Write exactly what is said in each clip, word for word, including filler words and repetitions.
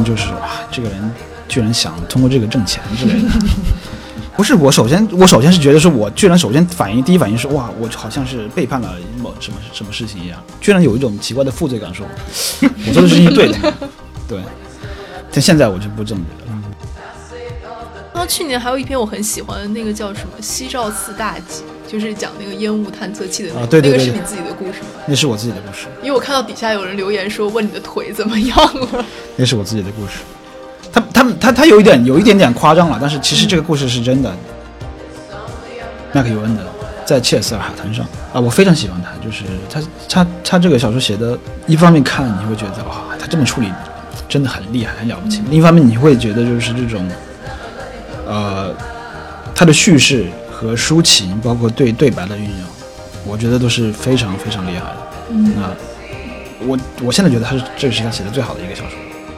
就是哇，这个人居然想通过这个挣钱之类的。不是我首先，我首先是觉得是我居然首先反应第一反应是哇，我好像是背叛了某什么什么事情一样，居然有一种奇怪的负罪感说，说我做的事情对的，对。但现在我就不这么觉得了。 然后去年还有一篇我很喜欢的那个叫什么《西照寺大集》，就是讲那个烟雾探测器的那个、 啊、对对对对， 那个是你自己的故事吗？ 那是我自己的故事。 因为我看到底下有人留言说问你的腿怎么样了。 那是我自己的故事。他他他他有一点有一点点夸张了，但是其实这个故事是真的。麦克尤恩的在切尔斯尔海滩上啊，我非常喜欢他，就是他他他这个小说写的，一方面看你会觉得哇，他这么处理真的很厉害很了不起，另一方面你会觉得就是这种呃他的叙事和抒情，包括对对白的运用，我觉得都是非常非常厉害的。 嗯， 那我我现在觉得他是这是他写的最好的一个小说。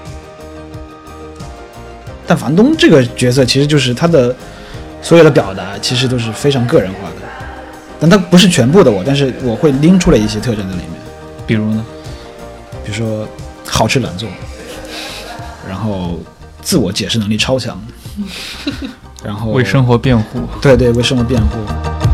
但房东这个角色其实就是他的所有的表达其实都是非常个人化的，但他不是全部的我，但是我会拎出来一些特征在里面。 比如呢？ 比如说好吃懒做，然后自我解释能力超强，然后为生活辩护。 对对，为生活辩护。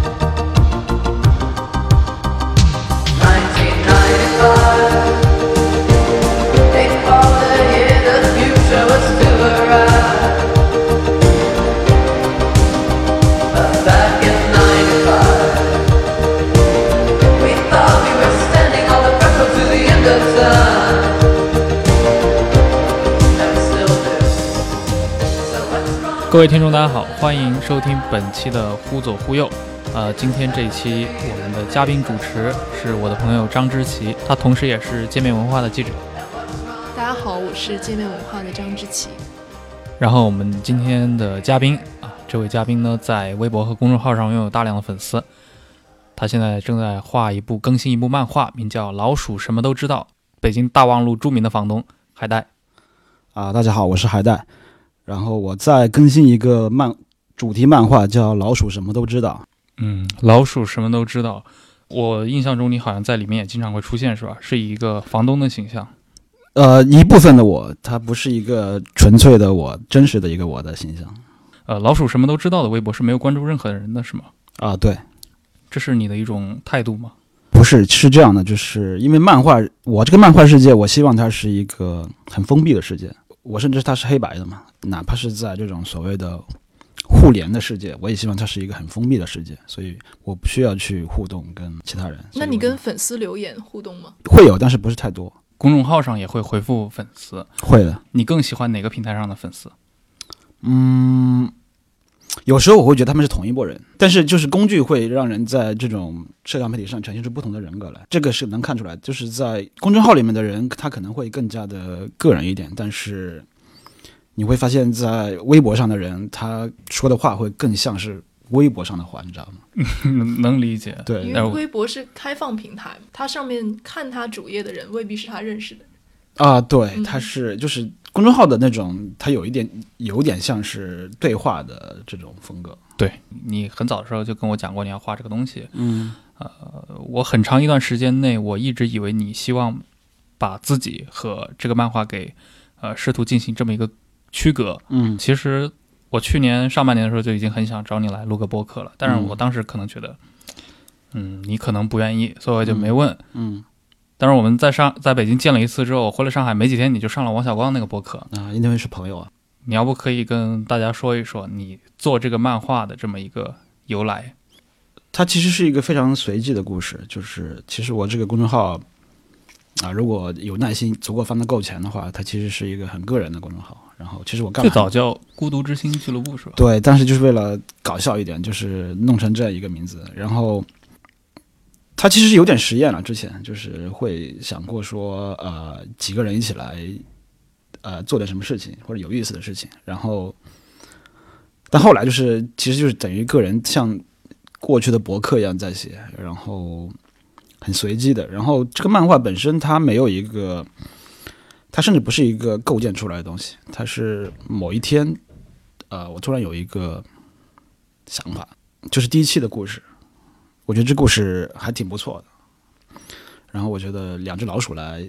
各位听众大家好，欢迎收听本期的忽左忽右。呃，今天这一期我们的嘉宾主持是我的朋友张之奇，他同时也是界面文化的记者。 大家好，我是界面文化的张之奇。 然后我们今天的嘉宾啊，这位嘉宾呢在微博和公众号上拥有大量的粉丝，他现在正在画一部更新一部漫画，名叫《老鼠什么都知道》，北京大望路著名的房东海带。 啊，大家好，我是海带。然后我再更新一个漫主题漫画，叫《老鼠什么都知道》。 嗯，老鼠什么都知道。我印象中你好像在里面也经常会出现，是吧？是一个房东的形象。 呃，一部分的我，它不是一个纯粹的我，真实的一个我的形象。 呃，老鼠什么都知道的微博是没有关注任何人的，是吗？ 啊，对。 这是你的一种态度吗？ 不是，是这样的，就是因为漫画，我这个漫画世界，我希望它是一个很封闭的世界。我甚至它是黑白的嘛，哪怕是在这种所谓的互联的世界，我也希望它是一个很封闭的世界，所以我不需要去互动跟其他人。 那你跟粉丝留言互动吗？ 会有，但是不是太多。 公众号上也会回复粉丝？ 会的。 你更喜欢哪个平台上的粉丝？ 嗯，有时候我会觉得他们是同一拨人，但是就是工具会让人在这种社交媒体上呈现出不同的人格来，这个是能看出来。就是在公众号里面的人，他可能会更加的个人一点，但是你会发现在微博上的人，他说的话会更像是微博上的话，你知道吗？ 能理解。 对， 因为微博是开放平台，它上面看他主页的人未必是他认识的人。 啊，对，他是就是公众号的那种，它有一点有点像是对话的这种风格。 对，你很早的时候就跟我讲过你要画这个东西。 嗯， 呃，我很长一段时间内，我一直以为你希望把自己和这个漫画给呃试图进行这么一个区隔。 嗯， 其实我去年上半年的时候就已经很想找你来录个播客了，但是我当时可能觉得，嗯，嗯你可能不愿意，所以我就没问。 嗯。嗯， 但是我们在上在北京见了一次之后，回了上海没几天，你就上了王小光那个播客啊，因为是朋友啊。 你要不可以跟大家说一说你做这个漫画的这么一个由来？ 它其实是一个非常随机的故事，就是其实我这个公众号啊，如果有耐心足够翻得够钱的话，它其实是一个很个人的公众号。然后其实我干嘛最早叫孤独之心俱乐部是吧？ 对，但是就是为了搞笑一点，就是弄成这样一个名字。然后他其实有点实验了，之前就是会想过说，呃，几个人一起来，呃，做点什么事情或者有意思的事情。然后，但后来就是，其实就是等于个人像过去的博客一样在写，然后很随机的。然后这个漫画本身它没有一个，它甚至不是一个构建出来的东西，它是某一天，呃，我突然有一个想法，就是第一期的故事。我觉得这故事还挺不错的，然后我觉得两只老鼠来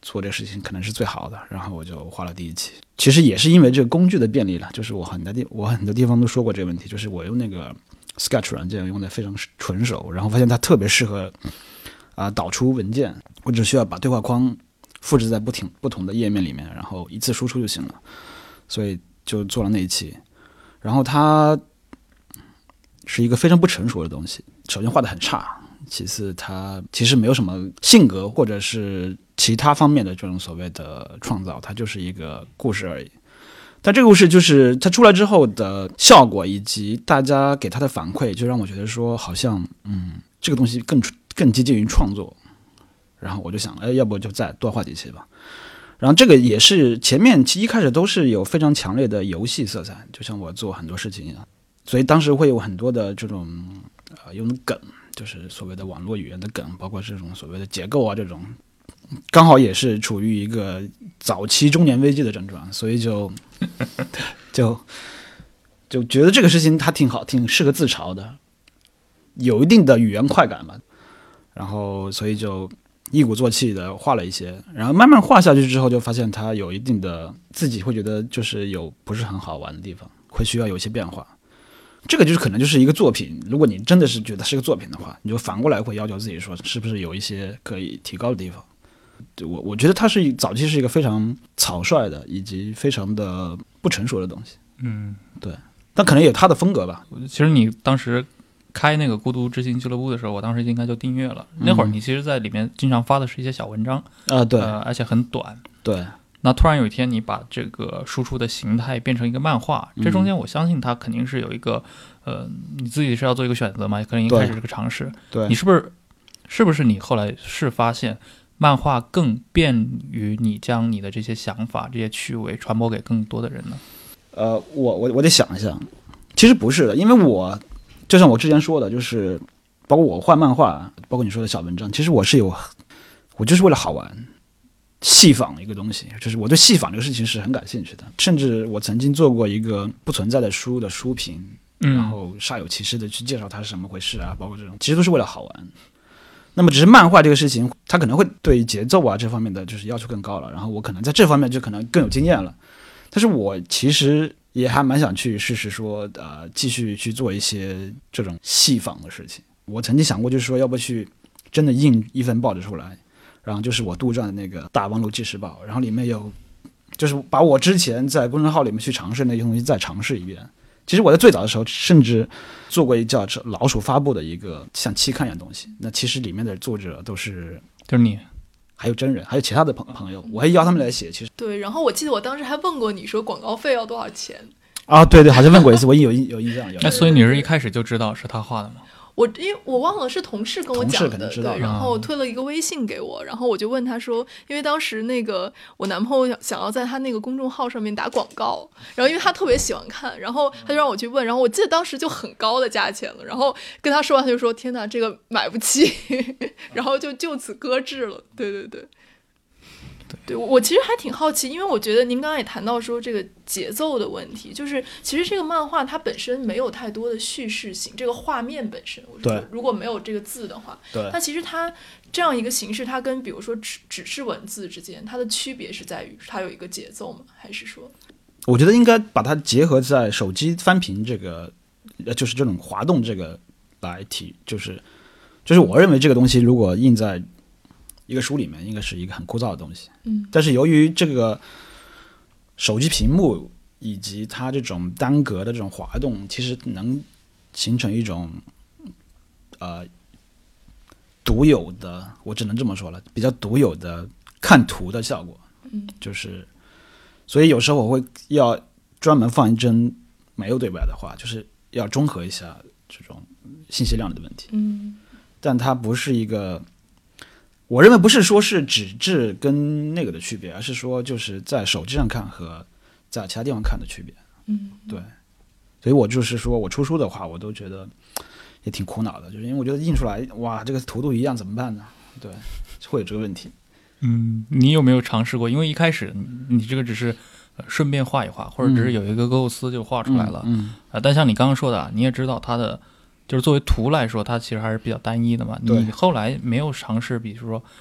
做这个事情可能是最好的，然后我就画了第一期。其实也是因为这个工具的便利了，就是我很多地我很多地方都说过这个问题，就是我用那个 Sketch 软件用的非常纯熟，然后发现它特别适合啊、呃、导出文件，我只需要把对话框复制在不停不同的页面里面，然后一次输出就行了，所以就做了那一期。然后它是一个非常不成熟的东西，首先画得很差，其次它其实没有什么性格或者是其他方面的这种所谓的创造，它就是一个故事而已。但这个故事就是它出来之后的效果以及大家给它的反馈，就让我觉得说好像嗯这个东西更更接近于创作。然后我就想，哎，要不就再多画几期吧。然后这个也是前面其实一开始都是有非常强烈的游戏色彩，就像我做很多事情一样，所以当时会有很多的这种呃用的梗，就是所谓的网络语言的梗，包括这种所谓的结构啊这种，刚好也是处于一个早期中年危机的症状，所以就就就觉得这个事情它挺好，挺适合自嘲的，有一定的语言快感吧。然后所以就一鼓作气的画了一些，然后慢慢画下去之后，就发现它有一定的自己会觉得就是有不是很好玩的地方，会需要有一些变化。这个就是可能就是一个作品，如果你真的是觉得是个作品的话，你就反过来会要求自己说，是不是有一些可以提高的地方。我我觉得它是早期是一个非常草率的以及非常的不成熟的东西。 嗯， 对，但可能也有它的风格吧。 其实你当时开那个孤独之行俱乐部的时候，我当时应该就订阅了。嗯、那会儿你其实在里面经常发的是一些小文章啊、呃，对、 呃，而且很短。 对。 那突然有一天你把这个输出的形态变成一个漫画，这中间我相信它肯定是有一个呃，你自己是要做一个选择嘛，可能一开始这个尝试。 对。 你是不是是不是你后来是发现漫画更便于你将你的这些想法、这些趣味传播给更多的人呢？ 呃，我我我得想一下，其实不是的，因为我。就像我之前说的，就是包括我画漫画，包括你说的小文章，其实我是有，我就是为了好玩，戏仿一个东西，就是我对戏仿这个事情是很感兴趣的。甚至我曾经做过一个不存在的书的书评， 嗯、 然后煞有其事的去介绍它是怎么回事啊，包括这种，其实都是为了好玩。那么只是漫画这个事情，它可能会对节奏啊这方面的就是要求更高了，然后我可能在这方面就可能更有经验了。但是我其实也还蛮想去试试说，呃，继续去做一些这种戏仿的事情。我曾经想过，就是说，要不去真的印一份报纸出来，然后就是我杜撰的那个《大望路纪事报》，然后里面有，就是把我之前在公众号里面去尝试那些东西再尝试一遍。其实我在最早的时候，甚至做过一叫“老鼠发布”的一个像期刊一样东西。那其实里面的作者都是就是你。 还有真人，还有其他的朋朋友，我还邀他们来写。其实对，然后我记得我当时还问过你说广告费要多少钱啊？对对，好像问过一次，我有有印象。 那所以你是一开始就知道是他画的吗？ 我因为我忘了是同事跟我讲的，对，然后推了一个微信给我，然后我就问他说，因为当时那个我男朋友想要在他那个公众号上面打广告，然后因为他特别喜欢看，然后他就让我去问，然后我记得当时就很高的价钱了，然后跟他说完他就说天哪，这个买不起，然后就就此搁置了。对对对。对，我其实还挺好奇，因为我觉得您刚刚也谈到说这个节奏的问题，就是其实这个漫画它本身没有太多的叙事性，这个画面本身，我说如果没有这个字的话， 对， 那其实它这样一个形式，它跟比如说纸纸质文字之间，它的区别是在于它有一个节奏吗？还是说？ 我觉得应该把它结合在手机翻屏这个，就是这种滑动这个来提，就是就是我认为这个东西如果印在一个书里面应该是一个很枯燥的东西， 嗯， 但是由于这个手机屏幕以及它这种单格的这种滑动，其实能形成一种呃独有的，我只能这么说了，比较独有的看图的效果， 嗯， 就是所以有时候我会要专门放一帧没有对白的话，就是要中和一下这种信息量的问题， 嗯， 但它不是一个。我认为不是说是纸质跟那个的区别，而是说就是在手机上看和在其他地方看的区别。 嗯， 对，所以我就是说我出书的话，我都觉得也挺苦恼的，就是因为我觉得印出来，哇，这个图都一样，怎么办呢？对，会有这个问题。 嗯，你有没有尝试过？因为一开始你这个只是顺便画一画，或者只是有一个构思就画出来了。 嗯，嗯呃，但像你刚刚说的，你也知道它的。就是作为图来说，它其实还是比较单一的嘛。你后来没有尝试，比如说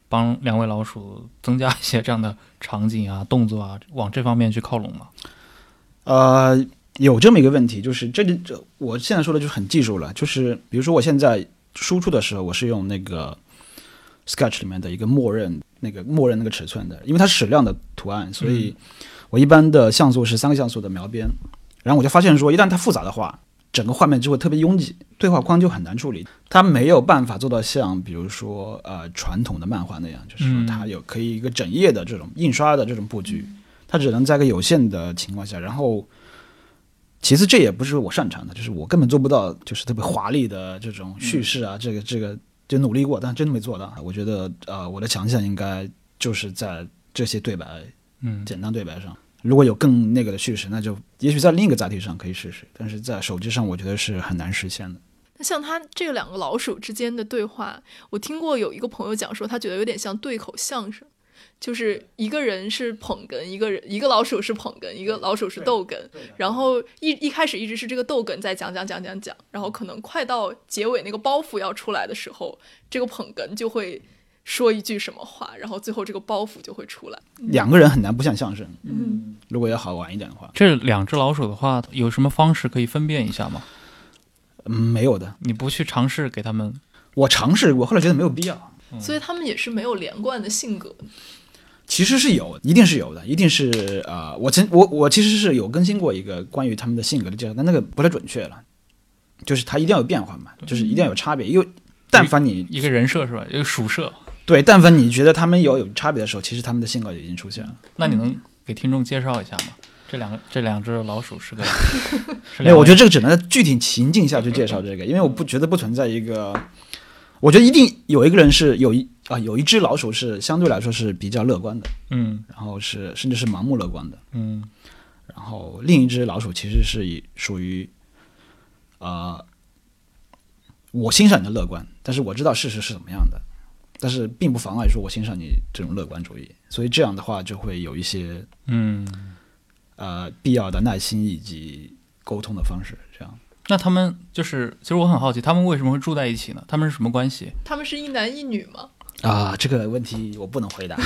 帮两位老鼠增加一些这样的场景啊、动作啊，往这方面去靠拢吗？ 呃，有这么一个问题，就是这这我现在说的就是很技术了，就是比如说我现在输出的时候，我是用那个 Sketch 里面的一个默认那个默认那个尺寸的，因为它是矢量的图案，所以我一般的像素是三个像素的描边，然后我就发现说，一旦它复杂的话，整个画面就会特别拥挤，对话框就很难处理，它没有办法做到像比如说呃传统的漫画那样，就是说它有可以一个整页的这种印刷的这种布局，它只能在一个有限的情况下，然后其次这也不是我擅长的，就是我根本做不到就是特别华丽的这种叙事啊，这个这个就努力过，但真的没做到。我觉得呃我的强项应该就是在这些对白，嗯，简单对白上。如果有更那个的叙事，那就也许在另一个载体上可以试试，但是在手机上我觉得是很难实现的。 那像他这两个老鼠之间的对话，我听过有一个朋友讲说，他觉得有点像对口相声，就是一个人是捧哏，一个人一个老鼠是捧哏，一个老鼠是逗哏，然后一一开始一直是这个逗哏在讲讲讲讲讲，然后可能快到结尾那个包袱要出来的时候，这个捧哏就会说一句什么话，然后最后这个包袱就会出来。 两个人很难不像相声，嗯，如果要好玩一点的话。 这两只老鼠的话，有什么方式可以分辨一下吗？ 嗯，没有的。 你不去尝试给他们？ 我尝试，我后来觉得没有必要。 嗯、所以他们也是没有连贯的性格。 其实是有，一定是有的，一定是啊、呃，我曾我我其实是有更新过一个关于他们的性格的介绍，但那个不太准确了，就是它一定要有变化嘛，就是一定要有差别，因为但凡你一个人设是吧，一个鼠设， 对，但凡你觉得他们有有差别的时候，其实他们的性格已经出现了。 那你能给听众介绍一下吗？这两个这两只老鼠是个？ 没有，我觉得这个只能在具体情境下去介绍这个，因为我不觉得不存在一个，我觉得一定有一个人是有一啊有一只老鼠是相对来说是比较乐观的， 嗯， 然后是甚至是盲目乐观的， 嗯， 然后另一只老鼠其实是以属于啊、呃、我欣赏你的乐观，但是我知道事实是怎么样的。但是并不妨碍说我欣赏你这种乐观主义，所以这样的话就会有一些嗯呃必要的耐心以及沟通的方式。这样， 那他们就是其实我很好奇，他们为什么会住在一起呢？他们是什么关系？ 他们是一男一女吗？ 啊，这个问题我不能回答。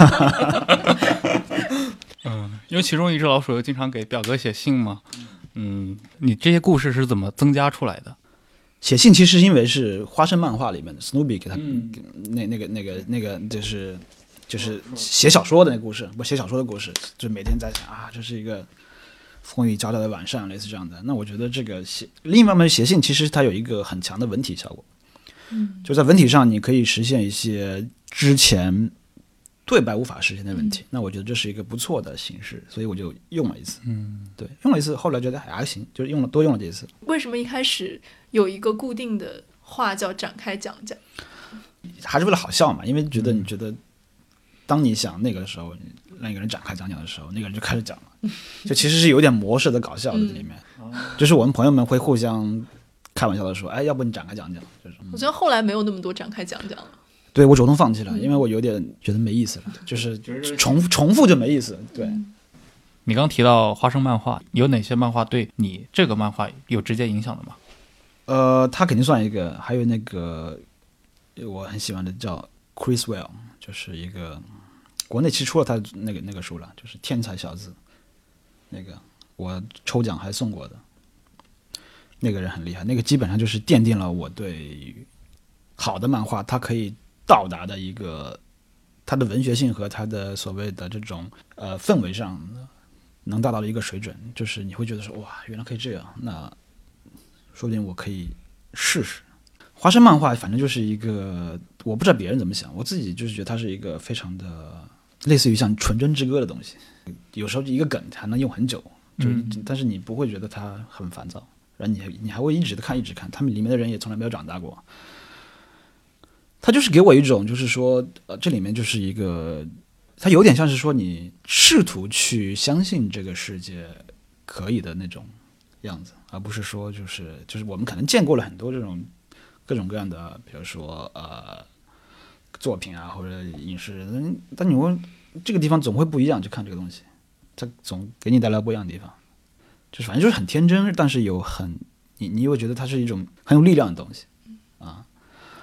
嗯，因为其中一只老鼠又经常给表哥写信嘛。嗯，你这些故事是怎么增加出来的？ 写信其实因为是花生漫画里面的 Snoopy 给他、 嗯、 那那个那个那个就是就是写小说的那个故事，不写小说的故事，就每天在想啊，这是一个风雨交加的晚上，类似这样的。那我觉得这个写另一方面写信其实它有一个很强的文体效果， 嗯， 就在文体上你可以实现一些之前对白无法实现的问题。嗯、那我觉得这是一个不错的形式，所以我就用了一次。 嗯， 对，用了一次，后来觉得还行，就用了多用了这一次。 为什么一开始有一个固定的话叫展开讲讲？ 还是为了好笑嘛，因为觉得你觉得，当你想那个的时候，让一个人展开讲讲的时候，那个人就开始讲了，就其实是有点模式的搞笑的在里面。嗯、就是我们朋友们会互相开玩笑的说：“哎，要不你展开讲讲。”这种。 我觉得后来没有那么多展开讲讲了。 对，我主动放弃了，因为我有点觉得没意思了，就是重重复就没意思。对。 你刚提到花生漫画，有哪些漫画对你这个漫画有直接影响的吗？ 呃，他肯定算一个，还有那个我很喜欢的叫 Chris Well， 就是一个国内其实出了他那个那个书了，就是天才小子，那个我抽奖还送过的，那个人很厉害，那个基本上就是奠定了我对好的漫画它可以到达的一个它的文学性和它的所谓的这种呃氛围上能达到的一个水准，就是你会觉得说哇，原来可以这样，那说不定我可以试试。花生漫画反正就是一个，我不知道别人怎么想，我自己就是觉得它是一个非常的类似于像纯真之歌的东西，有时候一个梗还能用很久，就是、嗯、但是你不会觉得它很烦躁，然后你你还会一直的看一直看，他们里面的人也从来没有长大过。它就是给我一种就是说呃，这里面就是一个它有点像是说你试图去相信这个世界可以的那种样子，而不是说就是就是我们可能见过了很多这种各种各样的比如说呃作品啊或者影视，但你问这个地方总会不一样，去看这个东西它总给你带来不一样的地方，就是反正就是很天真，但是有很你你又觉得它是一种很有力量的东西啊。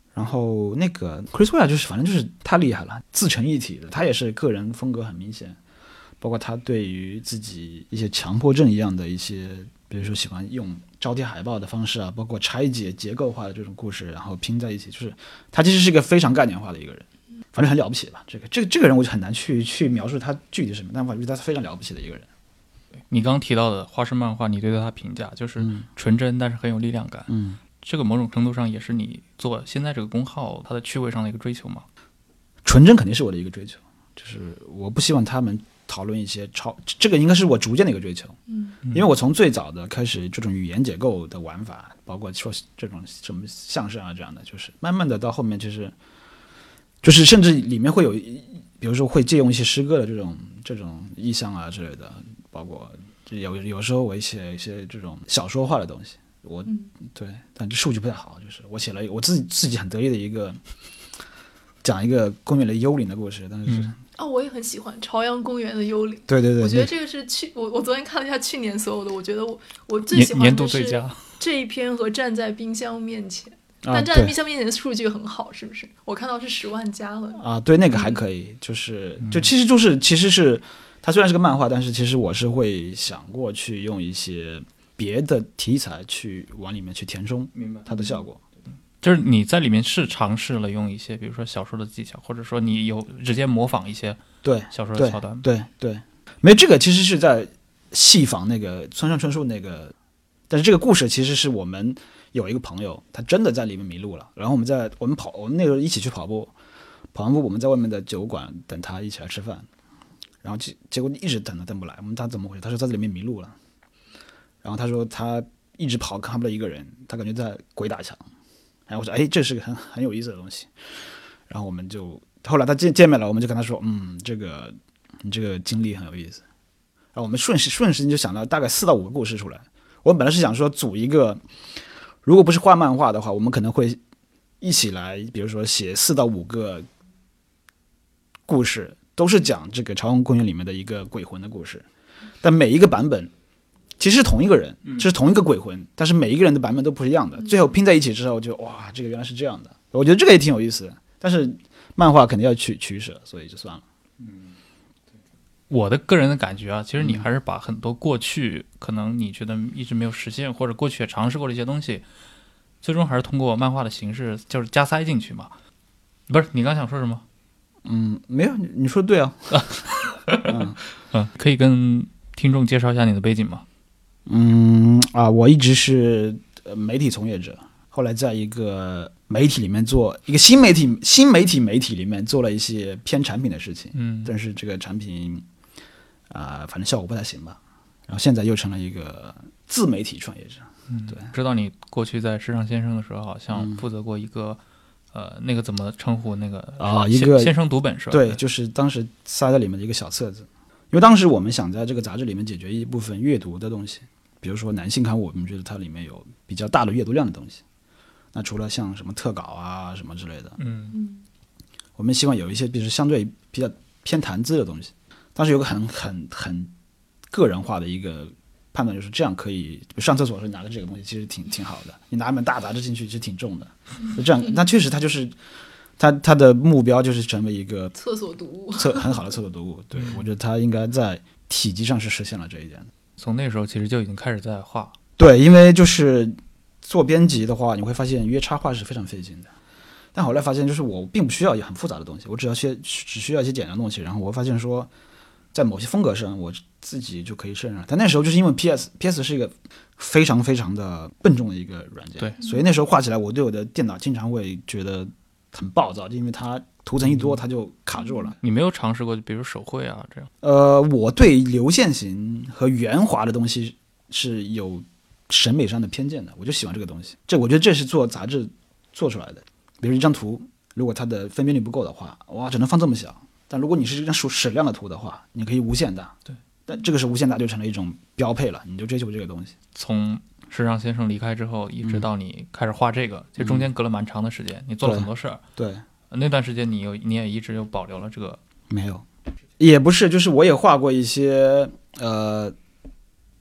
然后那个 Chris Ware 就是反正就是太厉害了，自成一体的，他也是个人风格很明显，包括他对于自己一些强迫症一样的一些，比如说喜欢用招贴海报的方式啊，包括拆解结构化的这种故事，然后拼在一起，就是他其实是一个非常概念化的一个人，反正很了不起吧。这个这个这个人我就很难去去描述他具体是什么，但我觉得他是非常了不起的一个人。 你刚刚提到的花式漫画，你对他评价就是纯真，但是很有力量感。 嗯， 这个某种程度上也是你做现在这个公号它的趣味上的一个追求吗？ 纯真肯定是我的一个追求，就是我不希望他们讨论一些超，这个应该是我逐渐的一个追求。 嗯， 因为我从最早的开始这种语言结构的玩法，包括说这种什么相声啊这样的，就是慢慢的到后面就是就是甚至里面会有，比如说会借用一些诗歌的这种这种意象啊之类的，包括有有时候我写一些这种小说化的东西，我、 嗯、 对，但这数据不太好，就是我写了我自己自己很得意的一个讲一个公园的幽灵的故事，但是、嗯哦，我也很喜欢朝阳公园的幽灵。 对对对， 我觉得这个是去我我昨天看了一下去年所有的，我觉得我我最喜欢的是这一篇和站在冰箱面前。 啊、 但站在冰箱面前的数据很好，是不是？我看到是十万加了啊，对，那个还可以，嗯、就是就其实就是其实是它虽然是个漫画，但是其实我是会想过去用一些别的题材去往里面去填充， 明白它的效果。 就是你在里面是尝试了用一些，比如说小说的技巧，或者说你有直接模仿一些对小说的桥段。 对 对, 对，没有这个其实是在戏仿那个村上春树那个，但是这个故事其实是我们有一个朋友，他真的在里面迷路了，然后我们在我们跑，我们那时候一起去跑步，跑完步我们在外面的酒馆等他一起来吃饭，然后结结果一直等都等不来，我们他怎么回事？他说他在里面迷路了，然后他说他一直跑看不到一个人，他感觉在鬼打墙。然后我说，哎，这是个很很有意思的东西。然后我们就后来他见见面了，我们就跟他说，嗯，这个你这个经历很有意思。然后我们瞬时瞬时就想到大概四到五个故事出来。我们本来是想说组一个，如果不是画漫画的话，我们可能会一起来，比如说写四到五个故事，都是讲这个朝阳公园里面的一个鬼魂的故事。但每一个版本其实是同一个人，这是同一个鬼魂，但是每一个人的版本都不是一样的，最后拼在一起之后就哇，这个原来是这样的，我觉得这个也挺有意思的，但是漫画肯定要取取舍，所以就算了。 嗯，我的个人的感觉啊，其实你还是把很多过去可能你觉得一直没有实现，或者过去也尝试过的一些东西，最终还是通过漫画的形式就是加塞进去嘛。不是，你刚想说什么？ 嗯，没有，你说对啊。 嗯嗯，可以跟听众介绍一下你的背景吗？ 嗯啊，我一直是媒体从业者，后来在一个媒体里面做一个新媒体新媒体媒体里面做了一些偏产品的事情， 嗯， 但是这个产品啊、呃，反正效果不太行吧。然后现在又成了一个自媒体创业者。 嗯， 对， 知道你过去在时尚先生的时候，好像负责过一个、嗯、呃，那个怎么称呼那个啊，一个先生读本是吧？ 对，就是当时塞在里面的一个小册子。因为当时我们想在这个杂志里面解决一部分阅读的东西，比如说男性刊物，我们觉得它里面有比较大的阅读量的东西。那除了像什么特稿啊什么之类的， 嗯， 我们希望有一些比如相对比较偏谈资的东西。当时有个很很很个人化的一个判断，就是这样可以上厕所的时候拿着这个东西，其实挺挺好的。你拿一本大杂志进去，其实挺重的。就这样，那确实它就是它它的目标就是成为一个厕所读物， 厕很好的厕所读物。对，我觉得它应该在体积上是实现了这一点的。 从那时候其实就已经开始在画。 对，因为就是做编辑的话，你会发现约插画是非常费劲的。但后来发现，就是我并不需要很复杂的东西，我只要些只需要一些简单的东西。然后我发现说，在某些风格上，我自己就可以胜任。但那时候就是因为 P S，P S 是一个非常非常的笨重的一个软件， 对， 所以那时候画起来，我对我的电脑经常会觉得很暴躁，因为它图层一多，它就卡住了。 你没有尝试过，比如手绘啊这样？ 呃，我对流线型和圆滑的东西是有审美上的偏见的，我就喜欢这个东西。这我觉得这是做杂志做出来的。比如一张图，如果它的分辨率不够的话，哇，只能放这么小。但如果你是一张矢量的图的话，你可以无限大。 对， 但这个是无限大就成了一种标配了，你就追求这个东西。 从时尚先生离开之后，一直到你开始画这个，其实中间隔了蛮长的时间，你做了很多事儿。 对， 那段时间你有你也一直有保留了这个？ 没有，也不是，就是我也画过一些呃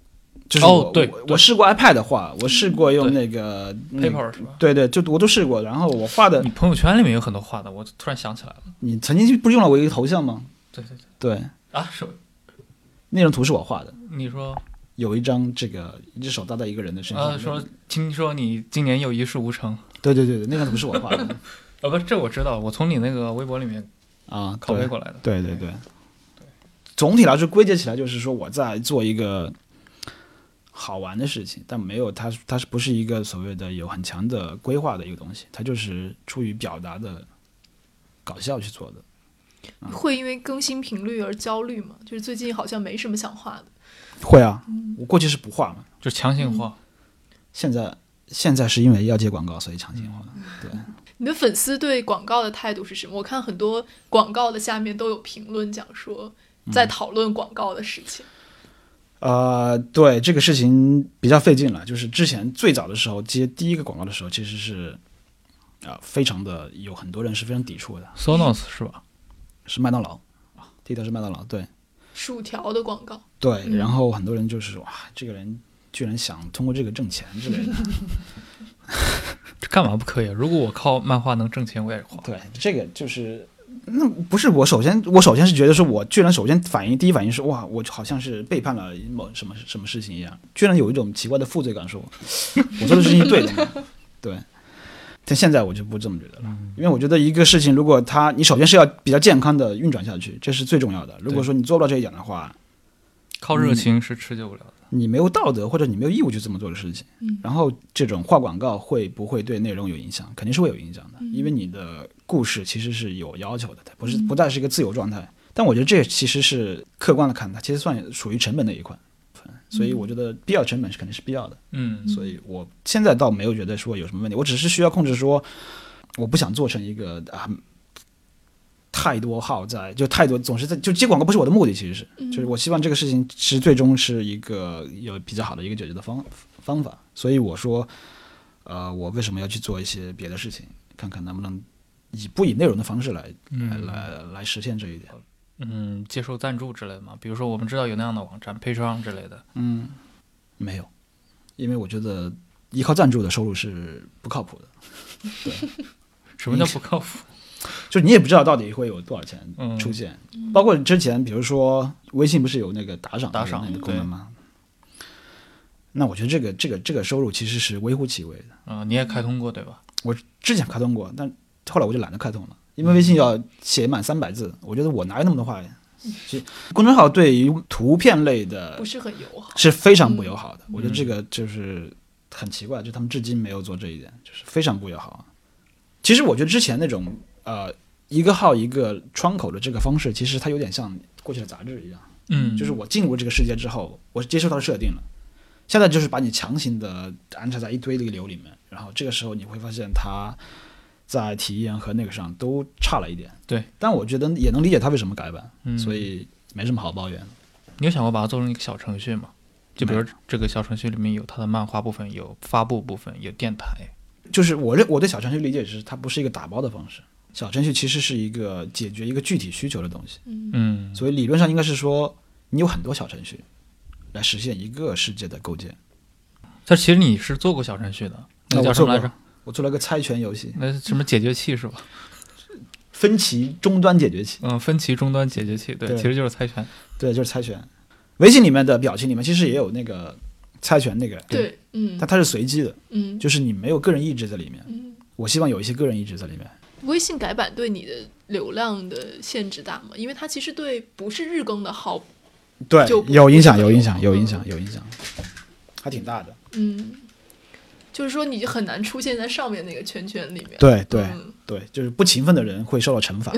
就是我、 哦、对我我试过 iPad 画，我试过用那个、 嗯、paper 是吧？ 对对，就我都试过。然后我画的， 你朋友圈里面有很多画的，我突然想起来了。 你曾经不是用了我一个头像吗？ 对对对对啊，是那张图是我画的。 你说有一张这个一只手搭在一个人的身上， 呃，说听说你今年有一事无成。 对对对对，那张图是我画的。 呃，不，这我知道，我从你那个微博里面啊拷贝过来的。 对对对对，总体来说归结起来就是说我在做一个好玩的事情，但没有它，它是不是一个所谓的有很强的规划的一个东西？它就是出于表达的搞笑去做的。 嗯、会因为更新频率而焦虑吗？就是最近好像没什么想画的。 会啊，我过去是不画嘛， 就强行画。 嗯、现在现在是因为要接广告，所以强行画。嗯、对。 你的粉丝对广告的态度是什么？我看很多广告的下面都有评论讲说，在讨论广告的事情。 呃，对，这个事情比较费劲了。就是之前最早的时候接第一个广告的时候，其实是啊、呃，非常的有很多人是非常抵触的。 Sonos 是吧？ 是麦当劳，第一条是麦当劳，对。 薯条的广告。 对，然后很多人就是哇，这个人居然想通过这个挣钱之类的。 这干嘛不可以？如果我靠漫画能挣钱，我也画。 对，这个就是。那不是我首先，我首先是觉得说，我居然首先反应第一反应是哇，我好像是背叛了某什么什么事情一样，居然有一种奇怪的负罪感，说我做的事情对的吗？对，但现在我就不这么觉得了，因为我觉得一个事情，如果它你首先是要比较健康的运转下去，这是最重要的。如果说你做不到这一点的话， 靠热情是持久不了的。 你没有道德或者你没有义务去这么做的事情， 嗯、 然后这种画广告会不会对内容有影响？肯定是会有影响的， 嗯、 因为你的故事其实是有要求的，它不是不再是一个自由状态。嗯、但我觉得这其实是客观的看，它其实算属于成本的一块，所以我觉得必要成本是肯定是必要的。 嗯， 所以我现在倒没有觉得说有什么问题，我只是需要控制说，我不想做成一个啊。太多号在就太多总是在就接广告不是我的目的，其实是、嗯、就是我希望这个事情其实最终是一个有比较好的一个解决的方方法，所以我说呃我为什么要去做一些别的事情，看看能不能以不以内容的方式来、嗯、来来来实现这一点。 嗯，接受赞助之类的嘛，比如说我们知道有那样的网站 Patreon 之类的。 嗯，没有，因为我觉得依靠赞助的收入是不靠谱的。对， 什么叫不靠谱？ 就你也不知道到底会有多少钱出现、嗯、包括之前比如说微信不是有那个打赏打赏的功能吗？那我觉得这个这个这个收入其实是微乎其微的。 啊、呃，你也开通过对吧？ 我之前开通过，但后来我就懒得开通了，因为微信要写满三百字，我觉得我哪有那么多话呀？其实公众号对于图片类的不是很友好， 是非常不友好的、嗯、我觉得这个就是很奇怪，就他们至今没有做这一点，就是非常不友好。其实我觉得之前那种呃一个号一个窗口的这个方式，其实它有点像过去的杂志一样， 嗯， 就是我进入这个世界之后，我接受它的设定了，现在就是把你强行的安插在一堆的流里面，然后这个时候你会发现它在体验和那个上都差了一点， 对， 但我觉得也能理解它为什么改版、 嗯、 所以没什么好抱怨。 你有想过把它做成一个小程序吗？就比如这个小程序里面有它的漫画部分，有发布部分，有电台。就是我我对小程序理解是它不是一个打包的方式，小程序其实是一个解决一个具体需求的东西， 嗯， 所以理论上应该是说你有很多小程序来实现一个世界的构建。 但其实你是做过小程序的，那叫什么来着？ 我做了个猜拳游戏， 那什么解决器是吧？ 分歧终端解决器。 嗯，分歧终端解决器， 对, 对，其实就是猜拳。 对，就是猜拳。微信里面的表情里面其实也有那个猜拳那个， 对，嗯， 但它是随机的， 嗯， 就是你没有个人意志在里面。 嗯， 我希望有一些个人意志在里面。 微信改版对你的流量的限制大吗？因为它其实对不是日更的号， 对，有影响，有影响，有影响，有影响，还挺大的。 嗯，就是说你很难出现在上面那个圈圈里面。 对对、 嗯、 对，就是不勤奋的人会受到惩罚。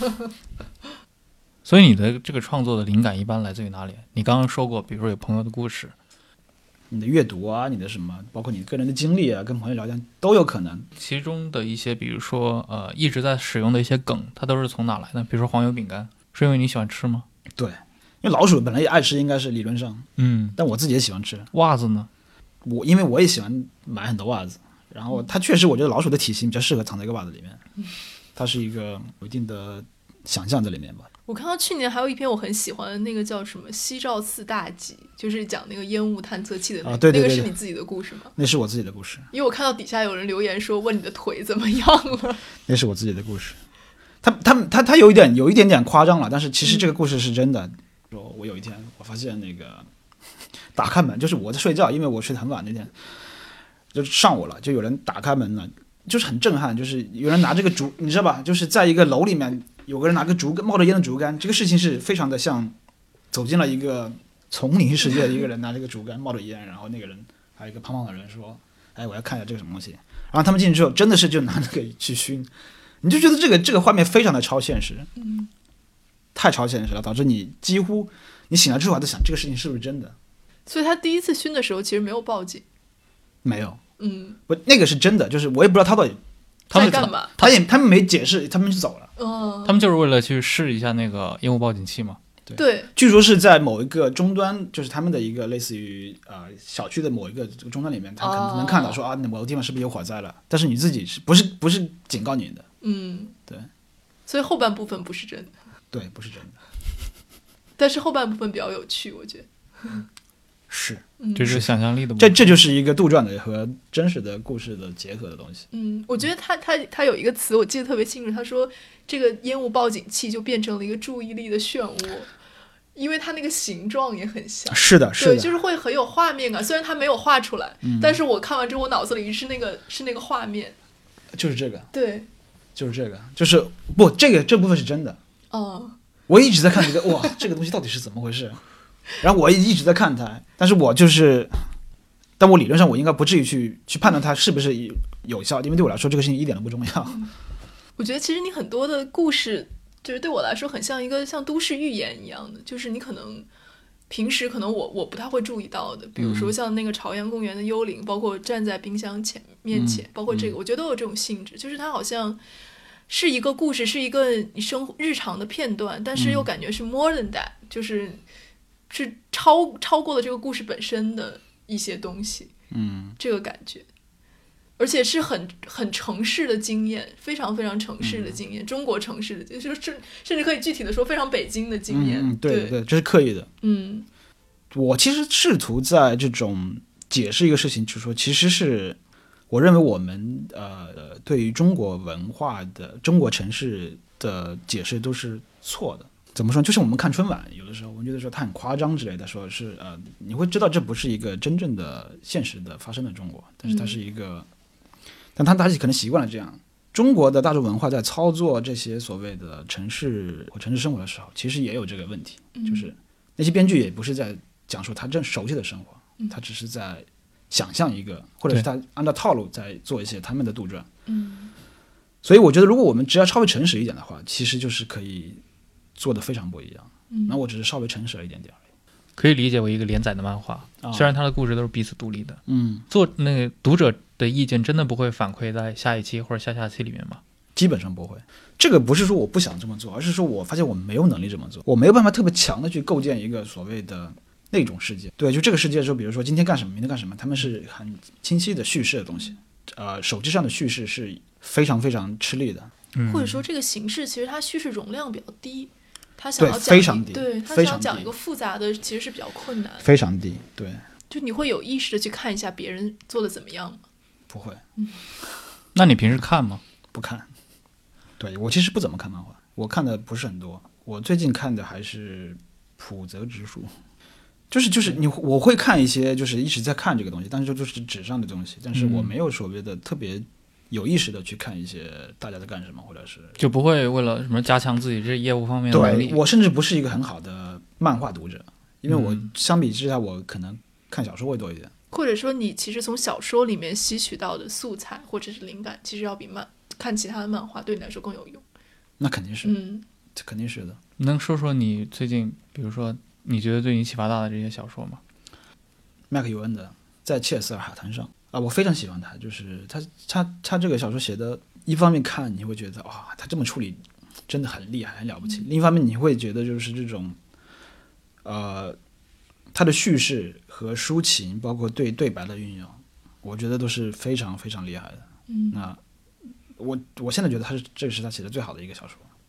所以你的这个创作的灵感一般来自于哪里？你刚刚说过，比如说有朋友的故事， 你的阅读啊，你的什么，包括你个人的经历啊，跟朋友聊天都有可能。 其中的一些，比如说呃，一直在使用的一些梗，它都是从哪来的？比如说黄油饼干，是因为你喜欢吃吗？ 对，因为老鼠本来也爱吃，应该是理论上， 嗯， 但我自己也喜欢吃。 袜子呢？ 我因为我也喜欢买很多袜子，然后它确实，我觉得老鼠的体型比较适合藏在一个袜子里面，它是一个有一定的想象在里面吧。 我看到去年还有一篇我很喜欢的那个叫什么《西照寺大集》，就是讲那个烟雾探测器的那个、 啊、对对对对， 那个是你自己的故事吗？ 那是我自己的故事。 因为我看到底下有人留言说问你的腿怎么样了。 那是我自己的故事。他他他他有一点有一点点夸张了，但是其实这个故事是真的。说、嗯、我有一天我发现那个打开门，就是我在睡觉，因为我睡得很晚那天，就上午了，就有人打开门了，就是很震撼，就是有人拿这个竹，你知道吧？就是在一个楼里面。有个人拿个竹竿，冒着烟的竹竿，这个事情是非常的像走进了一个丛林世界的一个人拿这个竹竿冒着烟，然后那个人还有一个胖胖的人说：“哎，我要看一下这个什么东西。”然后他们进去之后，真的是就拿那个去熏，你就觉得这个这个画面非常的超现实， 嗯， 太超现实了，导致你几乎你醒来之后还在想这个事情是不是真的。 所以他第一次熏的时候其实没有报警， 没有， 嗯， 不，那个是真的，就是我也不知道他到底他们干嘛， 他也他们没解释，他们就走了。 哦， 他们就是为了去试一下那个烟雾报警器嘛。 对， 对， 据说是在某一个终端，就是他们的一个类似于呃小区的某一个这个终端里面，他可能能看到说、哦、啊，某个地方是不是有火灾了？但是你自己是不是不是警告你的？ 嗯， 对。 所以后半部分不是真的。 对，不是真的。 但是后半部分比较有趣，我觉得。 嗯、是， 这是想象力的部分。 这这就是一个杜撰的和真实的故事的结合的东西。 嗯，我觉得他他他有一个词我记得特别清楚，他说这个烟雾报警器就变成了一个注意力的漩涡，因为它那个形状也很像。 是的，是的， 对，就是会很有画面感。虽然他没有画出来、嗯，但是我看完之后，我脑子里是那个是那个画面。 就是这个。 对， 就是这个，就是不，这个这部分是真的。 哦。 我一直在看这个，哇，这个东西到底是怎么回事？然后我一直在看它，但是我就是，但我理论上我应该不至于去去判断它是不是有效，因为对我来说这个事情一点都不重要。 嗯、我觉得其实你很多的故事，就是对我来说很像一个像都市寓言一样的，就是你可能平时可能我我不太会注意到的，比如说像那个朝阳公园的幽灵，包括站在冰箱前面前， 嗯、 包括这个，我觉得都有这种性质，就是它好像是一个故事，是一个你生活日常的片段，但是又感觉是 more than that，、嗯、就是是超超过了这个故事本身的一些东西， 嗯， 这个感觉，而且是很很城市的经验，非常非常城市的经验，嗯、中国城市的，就是甚至可以具体的说，非常北京的经验。 嗯，对对对，这是刻意的。 嗯， 我其实试图在这种解释一个事情，就是说，其实是我认为我们呃对于中国文化的中国城市的解释都是错的。怎么说？就是我们看春晚，有的时候我们觉得说它很夸张之类的，说是呃，你会知道这不是一个真正的现实的发生的中国，但是它是一个，嗯、但他大家可能习惯了这样。中国的大众文化在操作这些所谓的城市或城市生活的时候，其实也有这个问题， 嗯、 就是那些编剧也不是在讲述他正熟悉的生活， 嗯、 他只是在想象一个，或者是他按照套路在做一些他们的杜撰。 嗯， 所以我觉得，如果我们只要稍微诚实一点的话，其实就是可以做的非常不一样。 嗯， 那我只是稍微诚实了一点点而已。 可以理解为一个连载的漫画， 哦、 虽然它的故事都是彼此独立的。 嗯， 做那个读者的意见真的不会反馈在下一期或者下下期里面吗？ 基本上不会。这个不是说我不想这么做，而是说我发现我没有能力这么做，我没有办法特别强的去构建一个所谓的那种世界。对，就这个世界说，比如说今天干什么，明天干什么，他们是很清晰的叙事的东西。呃，手机上的叙事是非常非常吃力的。 或者说这个形式其实它叙事容量比较低，他想要讲非常低， 对，他想要讲一个复杂的，其实是比较困难， 非常低。对， 就你会有意识的去看一下别人做的怎么样吗？ 不会。 嗯， 那你平时看吗？ 不看。对，我其实不怎么看漫画，我看的不是很多。我最近看的还是浦泽直树，就是就是你我会看一些，就是一直在看这个东西，但是就是纸上的东西，但是我没有所谓的特别有意识的去看一些大家在干什么，或者是就不会为了什么加强自己这业务方面的能力。 对，我甚至不是一个很好的漫画读者，因为我相比之下，我可能看小说会多一点。 或者说，你其实从小说里面吸取到的素材或者是灵感，其实要比漫看其他的漫画对你来说更有用。 那肯定是， 嗯， 这肯定是的。 你能说说你最近，比如说你觉得对你启发大的这些小说吗？ 麦克尤恩的《在切尔斯尔海滩上》啊，我非常喜欢他，就是他他他这个小说写的，一方面看你会觉得哇，他这么处理真的很厉害，很了不起； 嗯、 另一方面你会觉得就是这种，呃，他的叙事和抒情，包括对对白的运用，我觉得都是非常非常厉害的。 嗯， 那我我现在觉得他是这个是他写的最好的一个小说。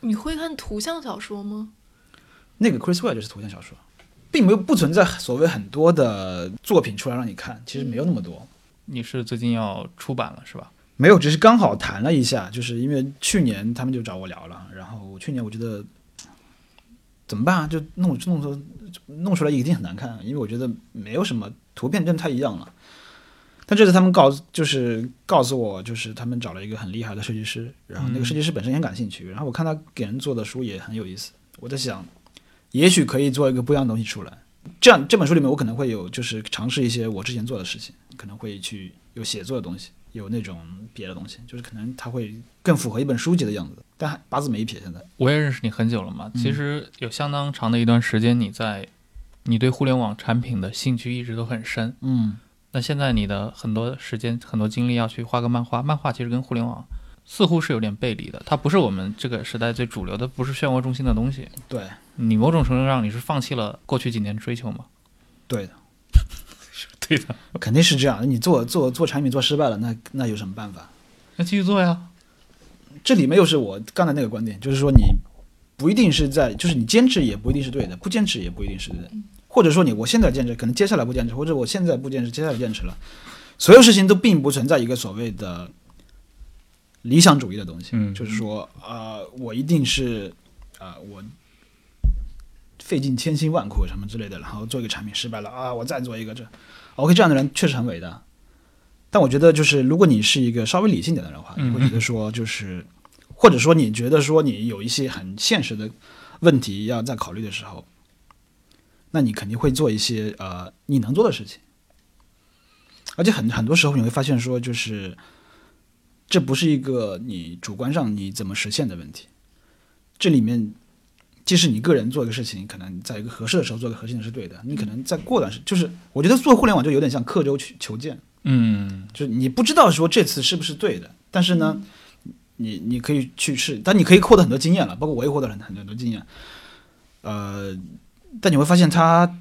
你会看图像小说吗？ 那个 Chris Ware 就是图像小说，并没有不存在所谓很多的作品出来让你看，其实没有那么多。 你是最近要出版了是吧？ 没有，只是刚好谈了一下，就是因为去年他们就找我聊了，然后去年我觉得怎么办啊，就弄弄出弄出来一定很难看，因为我觉得没有什么图片真的太一样了。但这次他们告就是告诉我，就是他们找了一个很厉害的设计师，然后那个设计师本身也很感兴趣，然后我看他给人做的书也很有意思，我在想，也许可以做一个不一样的东西出来。这样这本书里面我可能会有就是尝试一些我之前做的事情，可能会去有写作的东西，有那种别的东西，就是可能它会更符合一本书籍的样子，但八字没一撇。现在我也认识你很久了嘛，其实有相当长的一段时间你在你对互联网产品的兴趣一直都很深， 嗯。 那现在你的很多时间很多精力要去画个漫画，漫画其实跟互联网似乎是有点背离的，它不是我们这个时代最主流的，不是漩涡中心的东西。 对， 你某种程度上你是放弃了过去几年追求吗？ 对的对的， 肯定是这样。你做做做产品做失败了，那那有什么办法？ 那继续做呀。 这里面又是我刚才那个观点，就是说你不一定是在，就是你坚持也不一定是对的，不坚持也不一定是对的。或者说你我现在坚持，可能接下来不坚持，或者我现在不坚持，接下来坚持了，所有事情都并不存在一个所谓的理想主义的东西。 嗯， 就是说啊、呃，我一定是啊、呃，我费尽千辛万苦什么之类的，然后做一个产品失败了啊，我再做一个这 OK， 这样的人确实很伟大。但我觉得就是如果你是一个稍微理性点的人的话，你会觉得说就是，或者说你觉得说你有一些很现实的问题要再考虑的时候。那你肯定会做一些呃你能做的事情，而且很很多时候你会发现说，就是这不是一个你主观上你怎么实现的问题，这里面即使你个人做一个事情，可能在一个合适的时候做个核心的是对的，你可能在过段时就是我觉得做互联网就有点像刻舟求剑， 嗯， 就是你不知道说这次是不是对的，但是呢，你你可以去试，但你可以获得很多经验了，包括我也获得了很很多经验，呃。但你会发现它，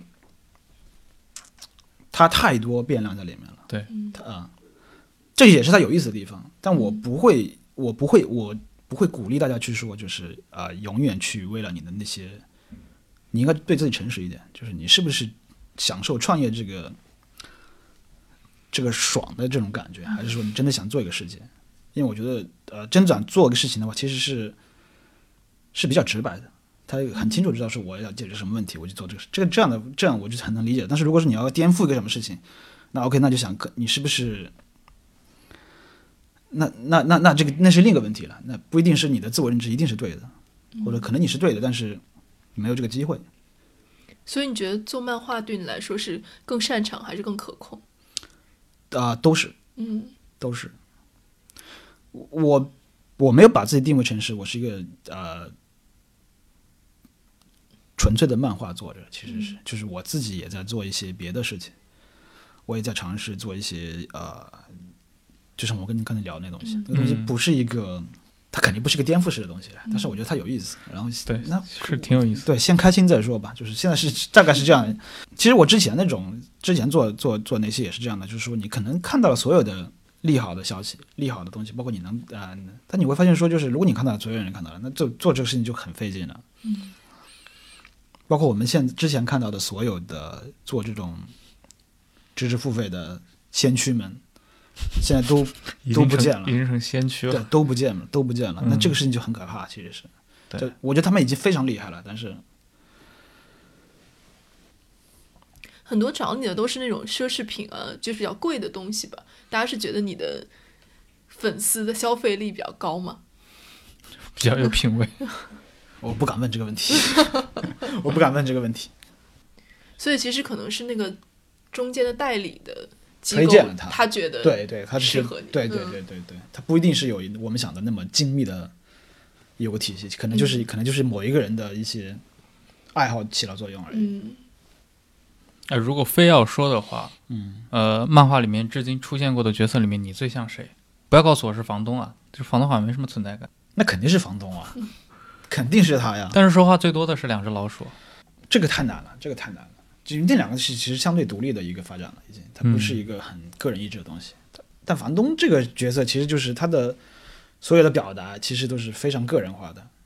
它太多变量在里面了。 对， 它啊、嗯，这也是它有意思的地方。但我不会，我不会，我不会鼓励大家去说，就是啊、呃，永远去为了你的那些，你应该对自己诚实一点，就是你是不是享受创业这个这个爽的这种感觉，还是说你真的想做一个事情？因为我觉得，呃，真想做一个事情的话，其实是是比较直白的。他很清楚知道是我要解决什么问题，我就做这个事，这个这样的这样我就很能理解。但是如果是你要颠覆一个什么事情，那 OK， 那就想你是不是，那那那那这个那是另一个问题了。那不一定是你的自我认知一定是对的，或者可能你是对的，但是你没有这个机会。 所以你觉得做漫画对你来说是更擅长还是更可控？ 啊、呃，都是， 嗯， 都是。我我没有把自己定位成是我是一个呃。纯粹的漫画作者，其实是就是我自己也在做一些别的事情，我也在尝试做一些呃，就像我跟你刚才聊的那东西，那个东西不是一个，它肯定不是一个颠覆式的东西，但是我觉得它有意思，然后对， 那是挺有意思。 对，先开心再说吧，就是现在是大概是这样。其实我之前那种之前做做做那些也是这样的，就是说你可能看到了所有的利好的消息、利好的东西，包括你能啊、呃，但你会发现说，就是如果你看到了，所有人看到了，那做做这个事情就很费劲了。 嗯。 包括我们现之前看到的所有的做这种知识付费的先驱们，现在都都不见了， 已经成先驱了， 对，都不见了，都不见了。嗯、那这个事情就很可怕，其实是。 对， 我觉得他们已经非常厉害了，但是很多找你的都是那种奢侈品啊，就是比较贵的东西吧。大家是觉得你的粉丝的消费力比较高吗？ 比较有品味。 我不敢问这个问题，我不敢问这个问题。 所以其实可能是那个中间的代理的机构推荐了他， 他觉得对对，他适合你， 对对对对对，他不一定是有我们想的那么精密的有个体系，可能就是、嗯、可能就是某一个人的一些爱好起了作用而已。 嗯， 呃，如果非要说的话， 嗯， 呃，漫画里面至今出现过的角色里面，你最像谁？不要告诉我是房东啊，就是房东好像没什么存在感。 那肯定是房东啊。嗯，肯定是他呀， 但是说话最多的是两只老鼠， 这个太难了，这个太难了。就那两个是其实相对独立的一个发展了，已经，它不是一个很个人意志的东西。嗯、但房东这个角色其实就是他的所有的表达，其实都是非常个人化的。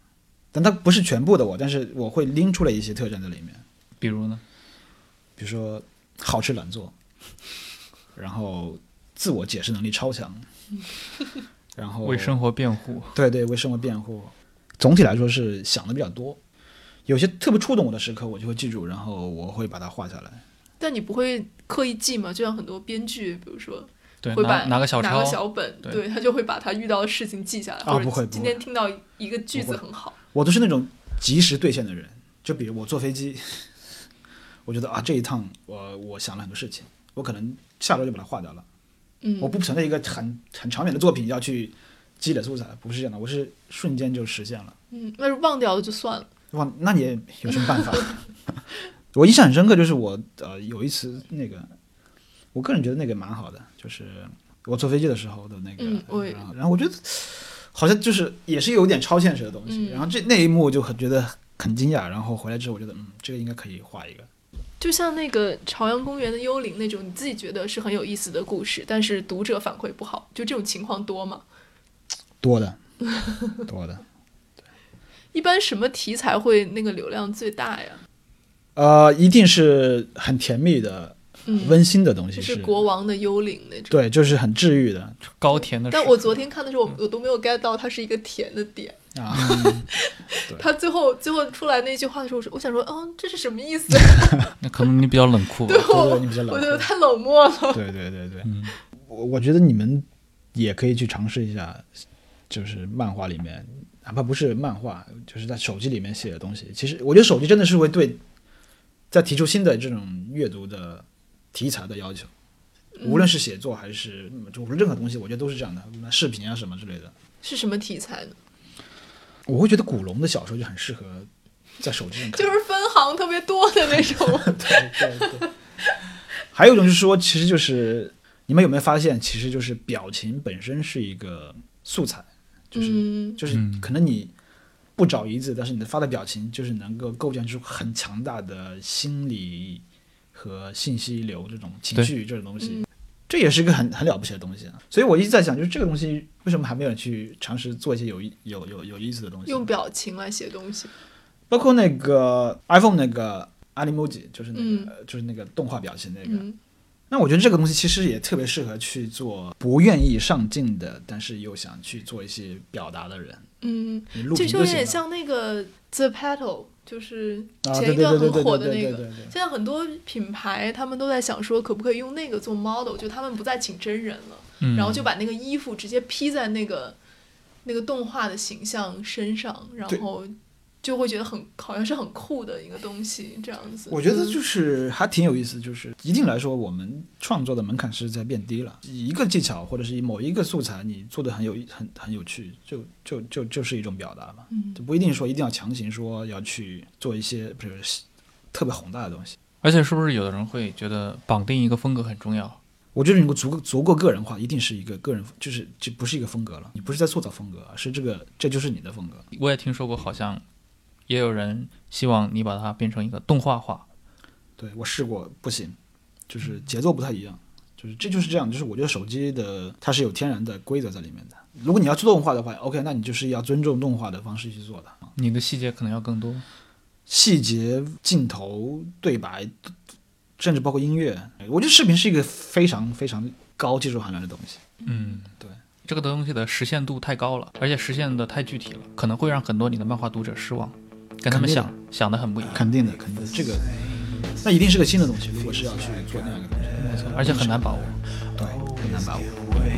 但它不是全部的我，但是我会拎出来一些特征在里面。 比如呢？ 比如说好吃懒做，然后自我解释能力超强，然后为生活辩护。 对对，为生活辩护。总体来说是想的比较多，有些特别触动我的时刻，我就会记住，然后我会把它画下来。 但你不会刻意记吗？就像很多编剧，比如说。 对， 会把拿个小抄， 拿个小本， 对, 对他就会把他遇到的事情记下来， 啊、不会， 今天听到一个句子很好。 我都是那种及时兑现的人，就比如我坐飞机，我觉得啊这一趟我我想了很多事情，我可能下周就把它划掉了。 嗯， 我不存在一个很很长远的作品要去积累素材，不是这样的，我是瞬间就实现了。 嗯，那是忘掉了就算了。 忘，那你也有什么办法？我印象很深刻，就是我呃有一次那个。我个人觉得那个蛮好的，就是我坐飞机的时候的那个， 嗯，我然后然后我觉得好像就是也是有点超现实的东西， 嗯、 然后这那一幕就很觉得很惊讶，然后回来之后我觉得嗯，这个应该可以画一个。 就像那个朝阳公园的幽灵那种，你自己觉得是很有意思的故事，但是读者反馈不好，就这种情况多吗？ 多的，多的。 一般什么题材会那个流量最大呀？ 呃，一定是很甜蜜的。温馨的东西， 是国王的幽灵那种， 对，就是很治愈的高甜的。 但我昨天看的时候，我我都没有 get 到它是一个甜的点啊。 他最后最后出来那句话的时候，我想说，哦，这是什么意思？ 那可能你比较冷酷， 对， 对，你比较冷酷， 我觉得太冷漠了。 对对对对，嗯、我我觉得你们也可以去尝试一下，就是漫画里面，哪怕不是漫画，就是在手机里面写的东西。其实我觉得手机真的是会对，在提出新的这种阅读的。题材的要求，无论是写作还是就任何东西，我觉得都是这样的，视频啊什么之类的。 是什么题材呢？ 我会觉得古龙的小说就很适合在手机上看， 就是分行特别多的那种。 对对对。还有一种就是说，其实就是你们有没有发现，其实就是表情本身是一个素材，就是、 嗯、 就是可能你不找一字，但是你的发的表情就是能够构建出很强大的心理。和信息流这种情绪这种东西，这也是一个很很了不起的东西啊！所以我一直在想，就是这个东西为什么还没有人去尝试做一些有有有有意思的东西？ 用表情来写东西， 包括那个 iPhone 那个 Animoji， 就是那个、 嗯、 就是那个动画表情那个。 嗯、 那我觉得这个东西其实也特别适合去做不愿意上镜的，但是又想去做一些表达的人。 嗯， 就有点像那个 The Petal。就是前一段很火的那个，现在很多品牌他们都在想说，可不可以用那个做 model， 就他们不再请真人了， 嗯、 然后就把那个衣服直接披在那个那个动画的形象身上，然后就会觉得很好像是很酷的一个东西，这样子。 我觉得就是还挺有意思，就是一定来说，我们创作的门槛是在变低了。一个技巧或者是以某一个素材，你做的很有很很有趣，就就就就是一种表达嘛。 嗯， 就不一定说一定要强行说要去做一些不是特别宏大的东西。 而且是不是有的人会觉得绑定一个风格很重要？ 我觉得你足够足够个人化，一定是一个个人，就是就不是一个风格了。你不是在塑造风格，是这个这就是你的风格。 我也听说过，好像。也有人希望你把它变成一个动画化， 对，我试过不行，就是节奏不太一样，就是这就是这样，就是我觉得手机的它是有天然的规则在里面的。如果你要做动画的话 ，OK， 那你就是要尊重动画的方式去做的。 你的细节可能要更多， 细节、镜头、对白，甚至包括音乐，我觉得视频是一个非常非常高技术含量的东西。 嗯， 对。 这个东西的实现度太高了，而且实现的太具体了，可能会让很多你的漫画读者失望，跟他们想想的很不一样。 肯定的，肯定的，这个那一定是个新的东西。如果是要去做那样一个东西， 没错，而且很难把握。 对，很难把握。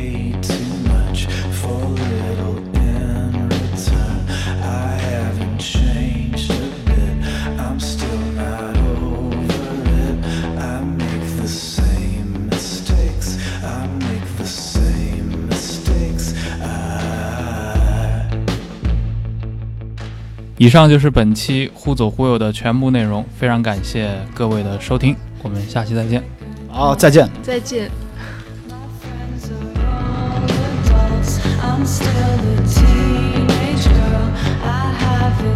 以上就是本期忽左忽右的全部内容，非常感谢各位的收听，我们下期再见。 好，再见， 再见。I'm still a teenage girl. I haven't